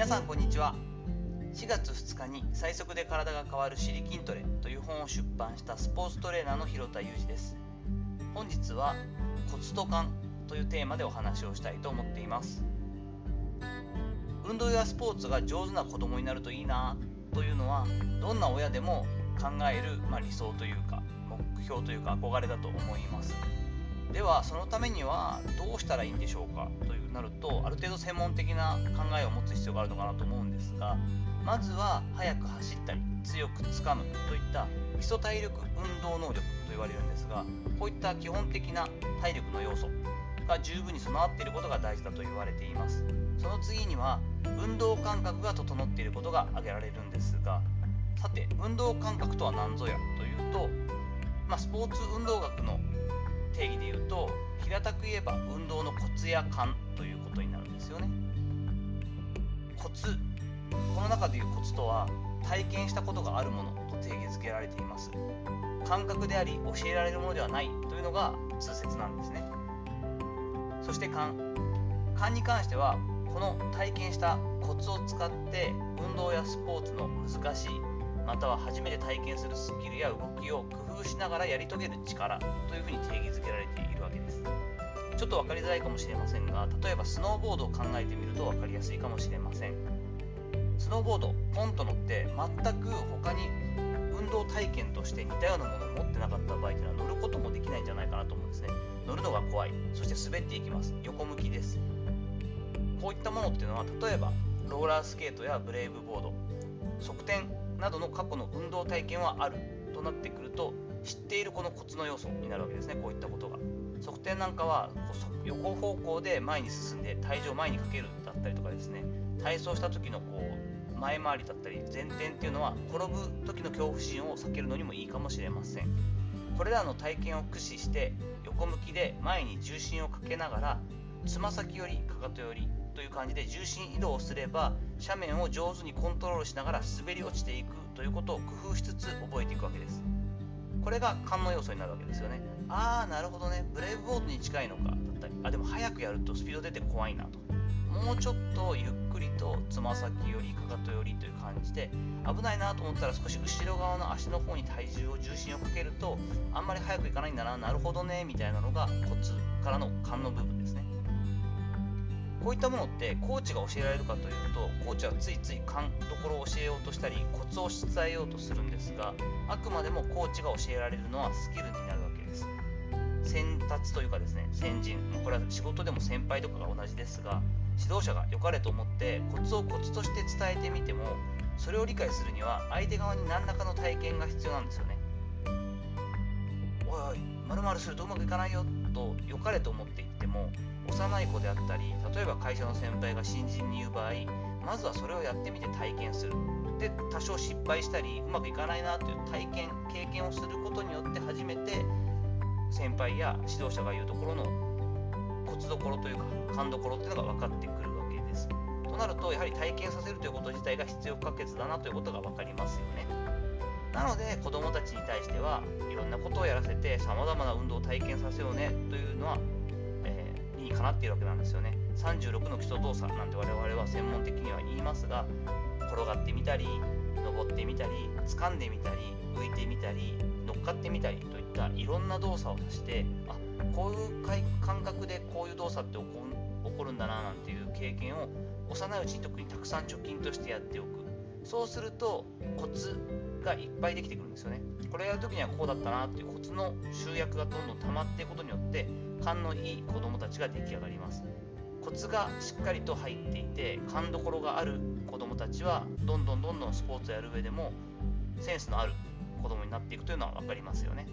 皆さんこんにちは。4月2日に最速で体が変わるシリ筋トレという本を出版したスポーツトレーナーの広田裕二です。本日はコツと勘というテーマでお話をしたいと思っています。運動やスポーツが上手な子供になるといいなというのはどんな親でも考える、理想というか目標というか憧れだと思います。ではそのためにはどうしたらいいんでしょうかというなると、ある程度専門的な考えを持つ必要があるのかなと思うんですが、まずは速く走ったり強く掴むといった基礎体力運動能力と言われるんですが、こういった基本的な体力の要素が十分に備わっていることが大事だと言われています。その次には運動感覚が整っていることが挙げられるんですが、さて運動感覚とは何ぞやというと、スポーツ運動学の定義で言うと、平たく言えば運動のコツや勘ということになるんですよね。コツ、この中でいうコツとは体験したことがあるものと定義づけられています。感覚であり教えられるものではないというのが通説なんですね。そして勘に関しては、この体験したコツを使って運動やスポーツの難しいまたは初めて体験するスキルや動きを工夫しながらやり遂げる力というふうに定義づけられているわけです。ちょっと分かりづらいかもしれませんが、例えばスノーボードを考えてみると分かりやすいかもしれません。スノーボードポンと乗って全く他に運動体験として似たようなものを持ってなかった場合というのは乗ることもできないんじゃないかなと思うんですね。乗るのが怖い、そして滑っていきます、横向きです。こういったものっていうのは、例えばローラースケートやブレイブボード、側転などの過去の運動体験はあるとなってくると、知っているこのコツの要素になるわけですね。こういったことが側転なんかは横方向で前に進んで体重を前にかけるだったりとかですね、体操した時の前回りだったり前転っていうのは転ぶ時の恐怖心を避けるのにもいいかもしれません。これらの体験を駆使して横向きで前に重心をかけながらつま先よりかかとよりという感じで重心移動をすれば、斜面を上手にコントロールしながら滑り落ちていくということを工夫しつつ覚えていくわけです。これが勘の要素になるわけですよね。なるほどね、ブレイブボードに近いのかだったり、でも早くやるとスピード出て怖いなと、もうちょっとゆっくりとつま先よりかかとよりという感じで、危ないなと思ったら少し後ろ側の足の方に体重を重心をかけるとあんまり早くいかないんだな、なるほどねみたいなのがコツからの勘の部分ですね。こういったものってコーチが教えられるかというと、コーチはついつい勘どころを教えようとしたりコツを伝えようとするんですが、あくまでもコーチが教えられるのはスキルになるわけです。先達というかですね、先人、これは仕事でも先輩とかが同じですが、指導者が良かれと思ってコツをコツとして伝えてみても、それを理解するには相手側に何らかの体験が必要なんですよね。おいおい、〇〇するとうまくいかないよと良かれと思って言っても、幼い子であったり、例えば会社の先輩が新人に言う場合、まずはそれをやってみて体験する。で、多少失敗したりうまくいかないなという経験をすることによって初めて先輩や指導者が言うところのコツどころというか勘どころっていうのが分かってくるわけです。となると、やはり体験させるということ自体が必要不可欠だなということが分かりますよね。なので子どもたちに対してはいろんなことをやらせてさまざまな運動を体験させようねというのは、理にかなっているわけなんですよね。36の基礎動作なんて我々は専門的には言いますが、転がってみたり登ってみたり掴んでみたり浮いてみたり乗っかってみたりといったいろんな動作をして、こういう感覚でこういう動作って起こるんだななんていう経験を幼いうちに特にたくさん貯金としてやっておく。そうするとコツがいっぱいできてくるんですよね。これやるときにはこうだったなっていうコツの集約がどんどん溜まっていくことによって勘のいい子どもたちが出来上がります。コツがしっかりと入っていて勘どころがある子どもたちはどんどんスポーツをやる上でもセンスのある子どもになっていくというのは分かりますよね。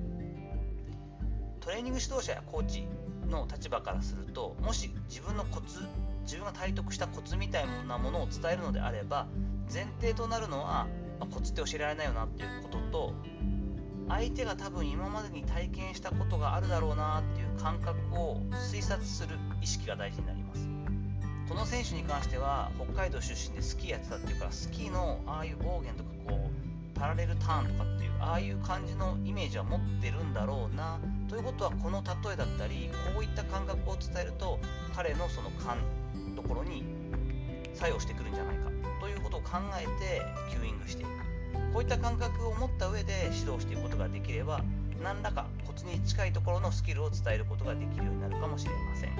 トレーニング指導者やコーチの立場からすると、もし自分が体得したコツみたいなものを伝えるのであれば、前提となるのは、コツって教えられないよなっていうことと、相手が多分今までに体験したことがあるだろうなっていう感覚を推察する意識が大事になります。この選手に関しては北海道出身でスキーやってたっていうから、スキーのああいうボーゲンとかパラレルターンとかっていうああいう感じのイメージは持ってるんだろうなということは、この例えだったりこういった感覚を伝えると彼のその勘どころに作用してくるんじゃないかということを考えてキューイングしていく、こういった感覚を持った上で指導していくことができれば、何らかコツに近いところのスキルを伝えることができるようになるかもしれません。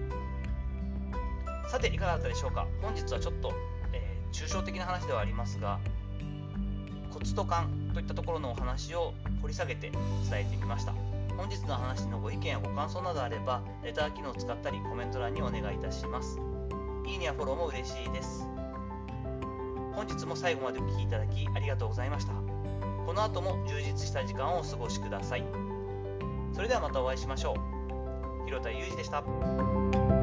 さていかがだったでしょうか。本日はちょっと、抽象的な話ではありますが、コツと勘といったところのお話を掘り下げて伝えてみました。本日の話のご意見やご感想などあれば、レター機能を使ったりコメント欄にお願いいたします。いいねやフォローも嬉しいです。本日も最後までお聞きいただきありがとうございました。この後も充実した時間をお過ごしください。それではまたお会いしましょう。広田裕二でした。